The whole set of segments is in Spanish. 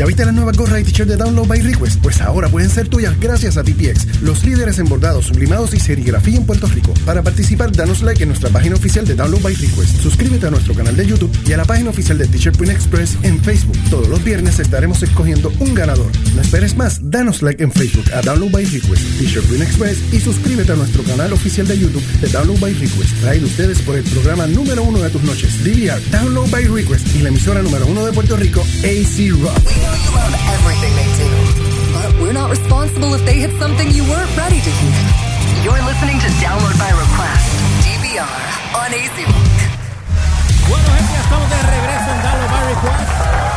¿Ya viste las nuevas gorras y t-shirts de Download by Request? Pues ahora pueden ser tuyas gracias a TPX, los líderes en bordados, sublimados y serigrafía en Puerto Rico. Para participar, danos like en nuestra página oficial de Download by Request. Suscríbete a nuestro canal de YouTube y a la página oficial de T-Shirt Print Express en Facebook. Todos los viernes estaremos escogiendo un ganador. No esperes más, danos like en Facebook a Download by Request, T-Shirt Print Express y suscríbete a nuestro canal oficial de YouTube de Download by Request. Traído ustedes por el programa número 1 de tus noches, DVR, Download by Request, y la emisora número 1 de Puerto Rico, AC Rock. We know you love everything they do, but we're not responsible if they hit something you weren't ready to hear. You're listening to Download by Request, DVR, on AC Rock. Bueno, gente, ya estamos de regreso en Download by Request.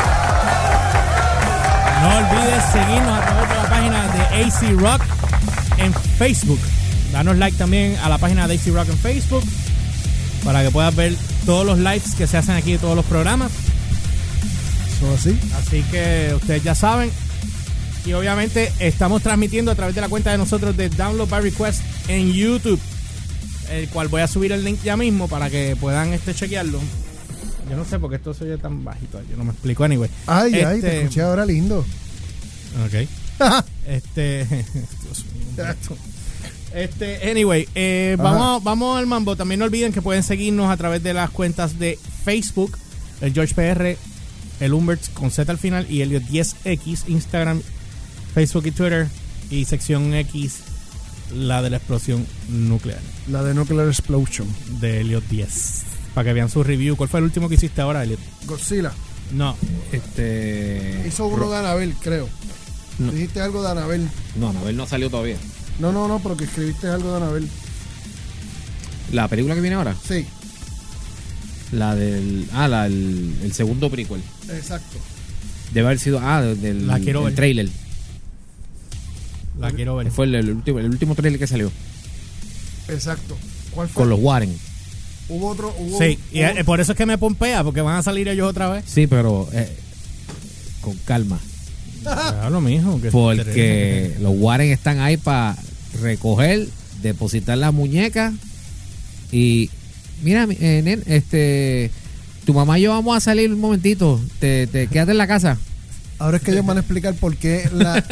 No olvides seguirnos a través de la página de AC Rock en Facebook. Danos like también a la página de AC Rock en Facebook para que puedas ver todos los lives que se hacen aquí de todos los programas. Así. Así que ustedes ya saben. Y obviamente estamos transmitiendo a través de la cuenta de nosotros de Download by Request en YouTube, el cual voy a subir el link ya mismo para que puedan chequearlo. Yo no sé por qué esto se oye tan bajito. Yo no me explico, anyway. Ay, te escuché ahora lindo. Ok. Dios mío. Anyway, vamos al mambo. También no olviden que pueden seguirnos a través de las cuentas de Facebook, el George PR, el Humberts con Z al final y Elliot 10X, Instagram, Facebook y Twitter, y sección X, la de la explosión nuclear. La de Nuclear Explosion. De Elliot 10. Para que vean su review. ¿Cuál fue el último que hiciste ahora, Elliot? Godzilla. No. Hizo uno de Anabel, creo. No. Dijiste algo de Anabel. No, Anabel no salió todavía. No, pero que escribiste algo de Anabel. ¿La película que viene ahora? Sí. La del... el segundo prequel. Exacto. Debe haber sido... La quiero ver. trailer. La quiero ver. Fue el último trailer que salió. Exacto. ¿Cuál fue? Con los Warren. Hubo otro... Sí, y por eso es que me pompea, porque van a salir ellos otra vez. Sí, pero... con calma. Lo mismo. Porque los Warren están ahí para recoger, depositar las muñecas y... Mira, tu mamá y yo vamos a salir un momentito. Te quédate en la casa. Ahora es que ellos van a explicar por qué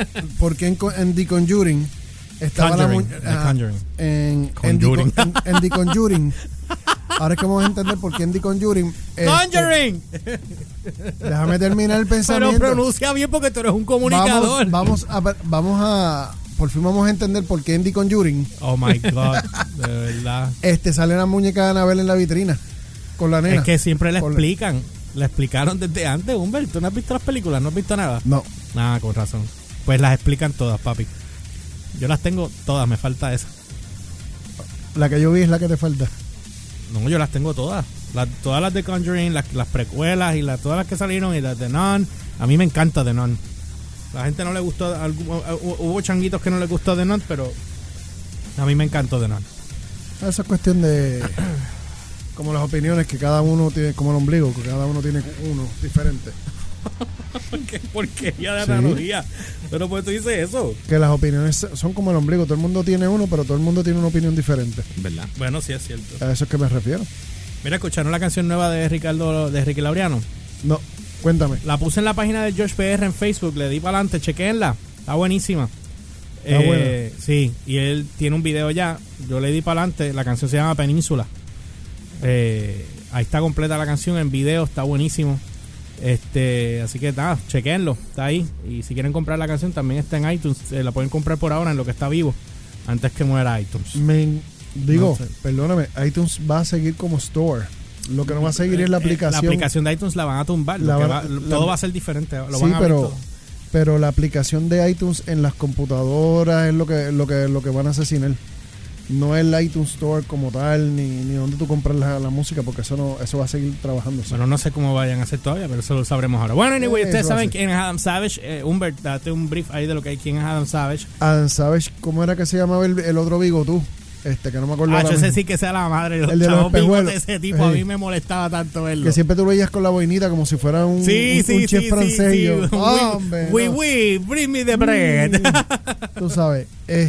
en The Conjuring estaba en The Conjuring. Ahora es que vamos a entender por qué en The Conjuring. ¡Conjuring! Déjame terminar el pensamiento. Pero pronuncia bien porque tú eres un comunicador. Vamos a por fin vamos a entender por qué en The Conjuring. Oh my God, de verdad. Sale una muñeca de Anabel en la vitrina con la nena. Es que siempre le explican. Le explicaron desde antes, Humberto. ¿Tú no has visto las películas? ¿No has visto nada? No. Nada, con razón. Pues las explican todas, papi. Yo las tengo todas, me falta esa. La que yo vi es la que te falta. No, yo las tengo todas. Todas las de Conjuring, las precuelas y todas las que salieron y las de Nun. A mí me encanta The Nun. La gente no le gustó, hubo changuitos que no les gustó The Nun, pero a mí me encantó The Nun. Esa es cuestión de... como las opiniones que cada uno tiene, como el ombligo, que cada uno tiene uno diferente. ¿Qué porquería de analogía? Pero pues tú dices eso. Que las opiniones son como el ombligo, todo el mundo tiene uno, pero todo el mundo tiene una opinión diferente. ¿Verdad? Bueno, sí es cierto. A eso es que me refiero. Mira, ¿escucharon la canción nueva de Ricky Laureano? No, cuéntame. La puse en la página de George PR en Facebook, le di para adelante, chequéenla. Está buenísima. Está buena. Sí, y él tiene un video ya. Yo le di para adelante, la canción se llama Península. Ahí está completa la canción en video, está buenísimo. Así que nada, chequenlo, está ahí. Y si quieren comprar la canción también está en iTunes, la pueden comprar por ahora en lo que está vivo, antes que muera iTunes. Perdóname, iTunes va a seguir como store. Lo que no va a seguir es la aplicación. La aplicación de iTunes la van a tumbar, todo va a ser diferente. Lo sí, van a ver todo. Pero la aplicación de iTunes en las computadoras es lo que van a asesinar. No es el iTunes Store como tal, ni donde tú compras la música, porque eso va a seguir trabajando. Bueno, no sé cómo vayan a hacer todavía, pero eso lo sabremos ahora. Bueno, anyway, ustedes saben quién es Adam Savage. Humbert, date un brief ahí de lo que hay. ¿Quién es Adam Savage? Adam Savage, ¿cómo era que se llamaba el otro bigotú? Que no me acuerdo. Yo sé sí que sea la madre de el de los espejuelos. Ese tipo, a mí me molestaba tanto verlo. Que siempre tú lo veías con la boinita como si fuera un chef francés. Oui, bring me the bread. Tú sabes,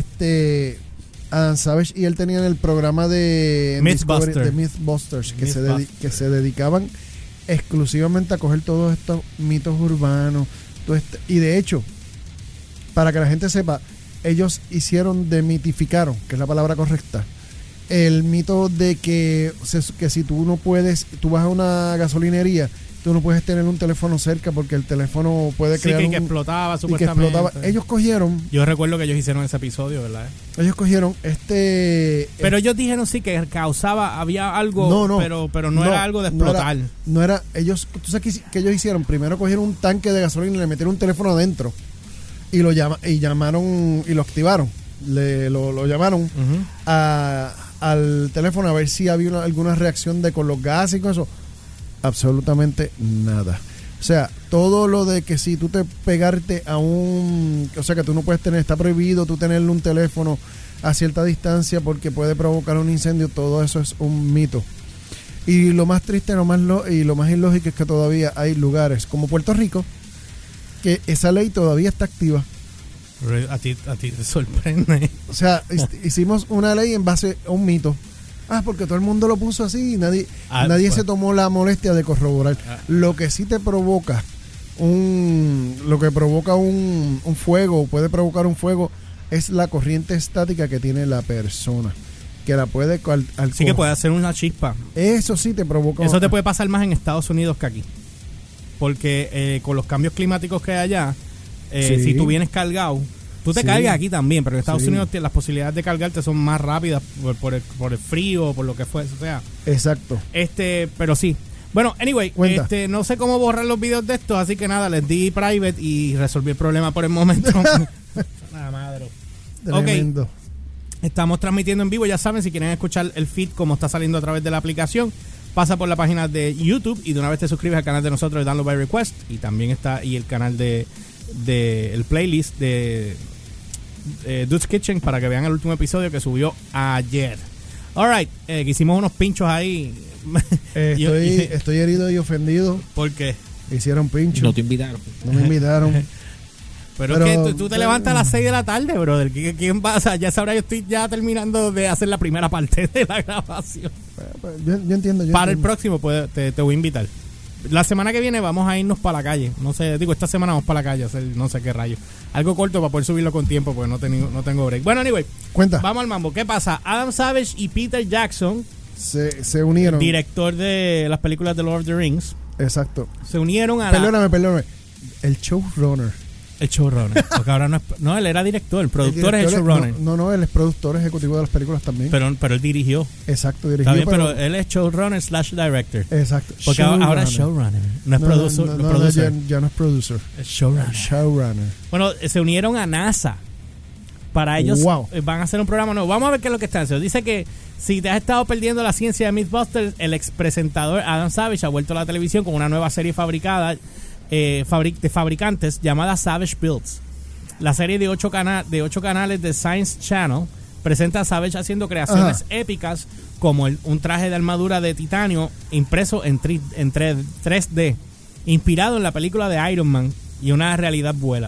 Adam Savage y él tenían el programa de Mythbusters que se dedicaban exclusivamente a coger todos estos mitos urbanos, Y de hecho, para que la gente sepa, ellos demitificaron, que es la palabra correcta, el mito de que si tú vas a una gasolinería, tú no puedes tener un teléfono cerca porque el teléfono puede crear que explotaba supuestamente. Ellos cogieron... Yo recuerdo que ellos hicieron ese episodio, ¿verdad? Ellos cogieron Pero ellos dijeron sí que había algo, pero no era algo de explotar. No era ellos, ¿tú sabes qué ellos hicieron? Primero cogieron un tanque de gasolina y le metieron un teléfono adentro y lo llamaron y lo activaron. Lo llamaron al teléfono a ver si había alguna reacción con los gases y con eso. Absolutamente nada. O sea, todo lo de que si tú te pegarte o sea, que tú no puedes está prohibido tú tenerle un teléfono a cierta distancia porque puede provocar un incendio, todo eso es un mito. Y lo más triste y lo más ilógico es que todavía hay lugares como Puerto Rico que esa ley todavía está activa. A ti te sorprende. O sea, hicimos una ley en base a un mito. Porque todo el mundo lo puso así y nadie se tomó la molestia de corroborar. Lo que sí te provoca un fuego, puede provocar un fuego, es la corriente estática que tiene la persona, que la puede sí, que puede hacer una chispa. Eso sí te provoca. Eso te puede pasar más en Estados Unidos que aquí, porque con los cambios climáticos que hay allá, si tú vienes cargado, tú te cargas aquí también, pero en Estados Unidos las posibilidades de cargarte son más rápidas por el frío, por lo que fuese, o sea. Exacto. Pero sí. Bueno, anyway, no sé cómo borrar los videos de esto, así que nada, les di private y resolví el problema por el momento. Nada, madre. Tremendo. Ok. Estamos transmitiendo en vivo, ya saben, si quieren escuchar el feed como está saliendo a través de la aplicación, pasa por la página de YouTube y de una vez te suscribes al canal de nosotros de Download by Request, y también está ahí el canal de el playlist de Dude's Kitchen para que vean el último episodio que subió ayer. Alright, que hicimos unos pinchos ahí. Estoy herido y ofendido. ¿Por qué? Hicieron pinchos. No te invitaron. No me invitaron. Pero es que tú te levantas a las 6 de la tarde, brother. ¿Quién va? O sea, ya sabrá, yo estoy ya terminando de hacer la primera parte de la grabación. Yo entiendo. El próximo te voy a invitar. La semana que viene vamos a irnos para la calle. No sé, esta semana vamos para la calle a hacer no sé qué rayo. Algo corto para poder subirlo con tiempo porque no tengo break. Bueno, anyway. Cuenta. Vamos al mambo. ¿Qué pasa? Adam Savage y Peter Jackson se unieron. Director de las películas de Lord of the Rings. Exacto. Se unieron a Perdóname. El showrunner. El showrunner. Porque ahora no, él era director. El productor es el showrunner. No, él es productor ejecutivo de las películas también. Pero él dirigió. Exacto, dirigió. Está bien, pero él es showrunner / director. Exacto. Porque ahora es showrunner. No es producer. Ya no es producer. Es showrunner. Bueno, se unieron a NASA. Para ellos van a hacer un programa nuevo. Vamos a ver qué es lo que están haciendo. Dice que si te has estado perdiendo la ciencia de Mythbusters, el ex presentador Adam Savage ha vuelto a la televisión con una nueva serie fabricada de fabricantes llamada Savage Builds. La serie de 8 canales de Science Channel presenta a Savage haciendo creaciones épicas como un traje de armadura de titanio impreso en 3D, inspirado en la película de Iron Man, y una realidad vuela.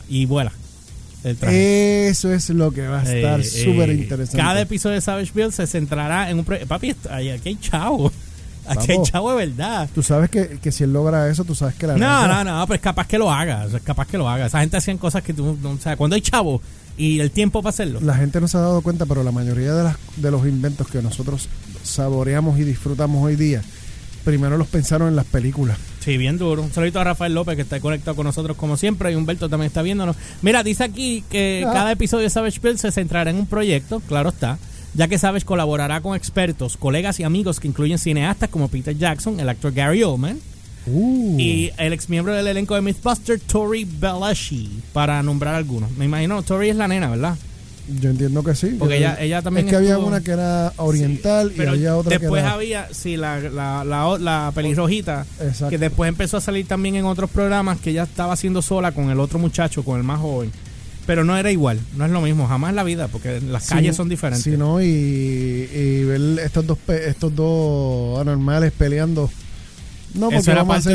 El traje. Eso es lo que va a estar súper interesante. Cada episodio de Savage Builds se centrará en un papi, aquí hay chavo. Aquí hay chavo de verdad. Tú sabes que si él logra eso, tú sabes que la No, pero es capaz que lo haga. Esa gente hacían cosas que tú no sabes. Cuando hay chavo y el tiempo para hacerlo. La gente no se ha dado cuenta, pero la mayoría de los inventos que nosotros saboreamos y disfrutamos hoy día, primero los pensaron en las películas. Sí, bien duro. Un saludito a Rafael López, que está conectado con nosotros como siempre, y Humberto también está viéndonos. Mira, dice aquí que cada episodio de Savage Builds se centrará en un proyecto, claro está, ya que Savage colaborará con expertos, colegas y amigos que incluyen cineastas como Peter Jackson, el actor Gary Oldman, y el ex miembro del elenco de Mythbusters, Tori Belleci, para nombrar algunos. Me imagino, Tori es la nena, ¿verdad? Yo entiendo que sí. Porque ella también es que había una que era oriental, y había otra después que era... había, la pelirrojita, exacto, que después empezó a salir también en otros programas, que ella estaba haciendo sola con el otro muchacho, con el más joven. Pero no era igual, no es lo mismo, jamás en la vida, porque las calles son diferentes. Sí, no, y ver estos dos anormales peleando. No, porque eso era parte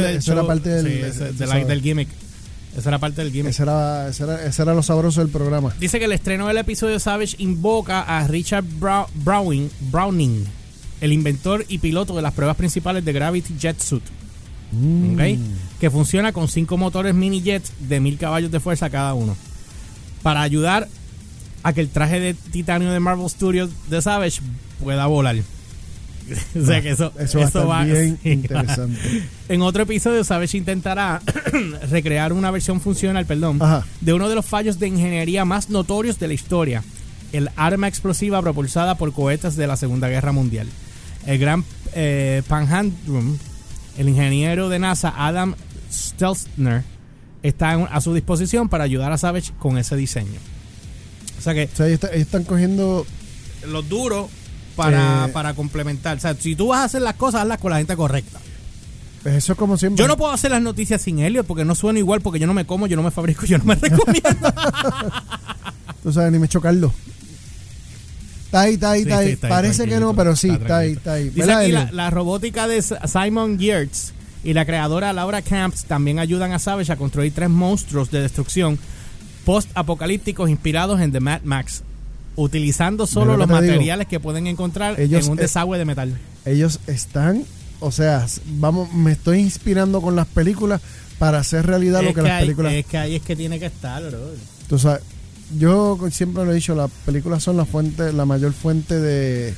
del gimmick. Esa era parte del gimmick. Ese era lo sabroso del programa. Dice que el estreno del episodio Savage invoca a Richard Browning, el inventor y piloto de las pruebas principales de Gravity Jet Suit. ¿Okay? que funciona con 5 motores mini jets de 1000 caballos de fuerza cada uno, para ayudar a que el traje de titanio de Marvel Studios de Savage pueda volar. O sea que eso va a estar bien interesante. En otro episodio, Savage intentará recrear una versión funcional, de uno de los fallos de ingeniería más notorios de la historia: el arma explosiva propulsada por cohetes de la Segunda Guerra Mundial. El gran Panhandrum, el ingeniero de NASA Adam Stelzner, está a su disposición para ayudar a Savage con ese diseño. O sea que ellos están cogiendo los duros para complementar. O sea, si tú vas a hacer las cosas, hazlas con la gente correcta. Pues eso es como siempre. Yo no puedo hacer las noticias sin Elliot porque no sueno igual, porque yo no me como, yo no me fabrico, yo no me recomiendo. Tú sabes, ni me chocarlo. Está ahí. Parece que no, pero sí, está ahí. Dice aquí la robótica de Simon Giertz y la creadora Laura Camps también ayudan a Savage a construir 3 monstruos de destrucción post-apocalípticos inspirados en The Mad Max, utilizando solo los materiales que pueden encontrar en un desagüe de metal. Ellos están, o sea, me estoy inspirando con las películas para hacer realidad lo que las películas. Es que ahí es que tiene que estar, bro. Tú sabes, yo siempre lo he dicho, las películas son la mayor fuente de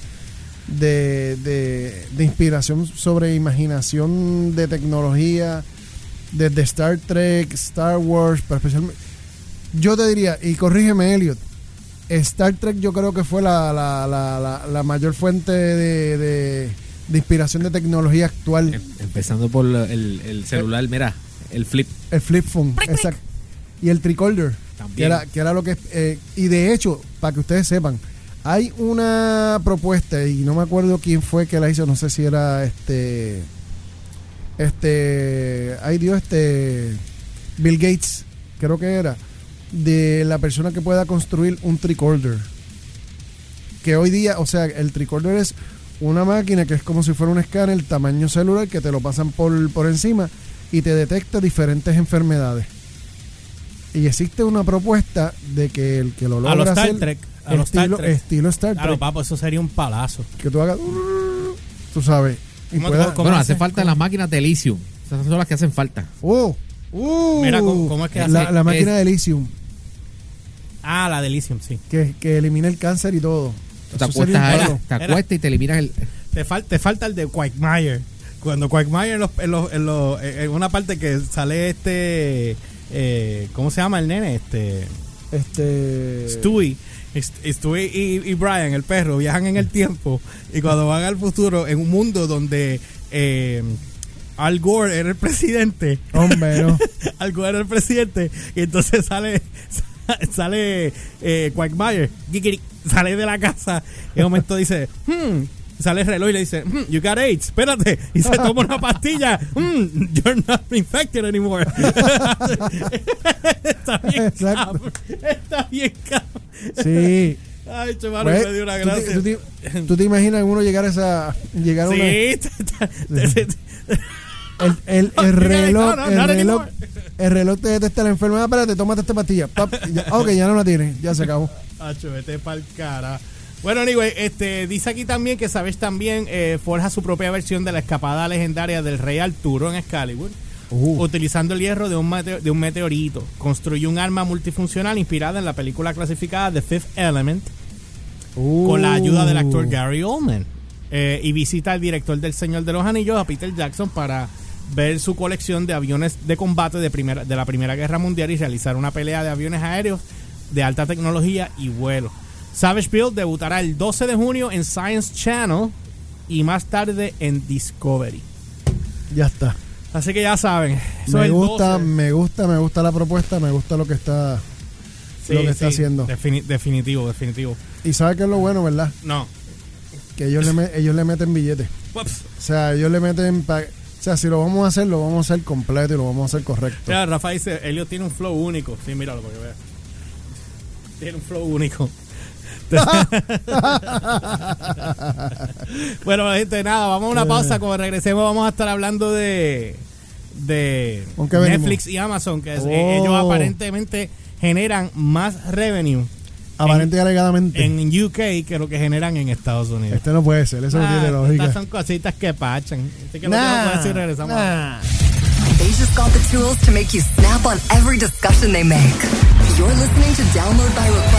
inspiración sobre imaginación de tecnología, desde Star Trek, Star Wars, pero especialmente, yo te diría, y corrígeme, Elliot, Star Trek yo creo que fue la mayor fuente de inspiración de tecnología actual. Empezando por el celular, mira, el flip phone, exacto. Y el tricorder, que era lo que... y de hecho, para que ustedes sepan, hay una propuesta, y no me acuerdo quién fue que la hizo, no sé si era Bill Gates, creo que era, de la persona que pueda construir un tricorder. Que hoy día, o sea, el tricorder es una máquina que es como si fuera un escáner tamaño celular que te lo pasan por encima y te detecta diferentes enfermedades. Y existe una propuesta de que el que lo logra a los Star hacer Trek, estilo Star Trek. Claro, papo, eso sería un palazo. Que tú hagas, tú sabes. Y bueno, hace falta las máquinas de lithium. Esas son las que hacen falta. Mira, ¿cómo es que hace? La máquina de lithium. Ah, la de lithium, sí. Que elimina el cáncer y todo. Te acuestas y te eliminas el... Te falta el de Quagmire. Cuando Quagmire en una parte que sale ¿cómo se llama el nene? Stewie. Stewie y Brian, el perro, viajan en el tiempo y cuando van al futuro, en un mundo donde Al Gore era el presidente. Hombre, no. Al Gore era el presidente y entonces sale Quagmire, sale de la casa y en un momento dice, sale el reloj y le dice, you got AIDS, espérate, y se toma una pastilla, you're not infected anymore. Está bien cabrón. Sí. Ay, chaval, me dio una gracia. ¿Tú te imaginas uno llegar a sí, el reloj te detecta la enfermedad, espérate, tómate esta pastilla. Ok, ya no la tienes, ya se acabó. Vete pa'l cara. Bueno, anyway, dice aquí también que Savage también forja su propia versión de la escapada legendaria del Rey Arturo en Excalibur, utilizando el hierro de un meteorito. Construye un arma multifuncional inspirada en la película clasificada The Fifth Element, con la ayuda del actor Gary Oldman. Y visita al director del Señor de los Anillos, a Peter Jackson, para ver su colección de aviones de combate de la Primera Guerra Mundial y realizar una pelea de aviones aéreos de alta tecnología y vuelo. Savage Build debutará el 12 de junio en Science Channel y más tarde en Discovery. Ya está. Así que ya saben. Eso me gusta la propuesta, me gusta lo que está haciendo. Definitivo. Y ¿sabes qué es lo bueno, verdad? No. Que ellos le meten billetes. Ups. O sea, ellos le meten... O sea, si lo vamos a hacer completo y lo vamos a hacer correcto. Mira, Rafa dice, Elliot tiene un flow único. Sí, míralo para que veas. Tiene un flow único. Bueno, gente, nada, vamos a una pausa. Cuando regresemos vamos a estar hablando de Netflix y Amazon, que ellos aparentemente generan más revenue aparente y alegadamente en UK que lo que generan en Estados Unidos. No puede ser, eso no tiene lógica. Estas son cositas que pachan. Así que lo puedo decir, regresamos. They just got the tools to make you snap on every discussion they make. You're listening to Download by Request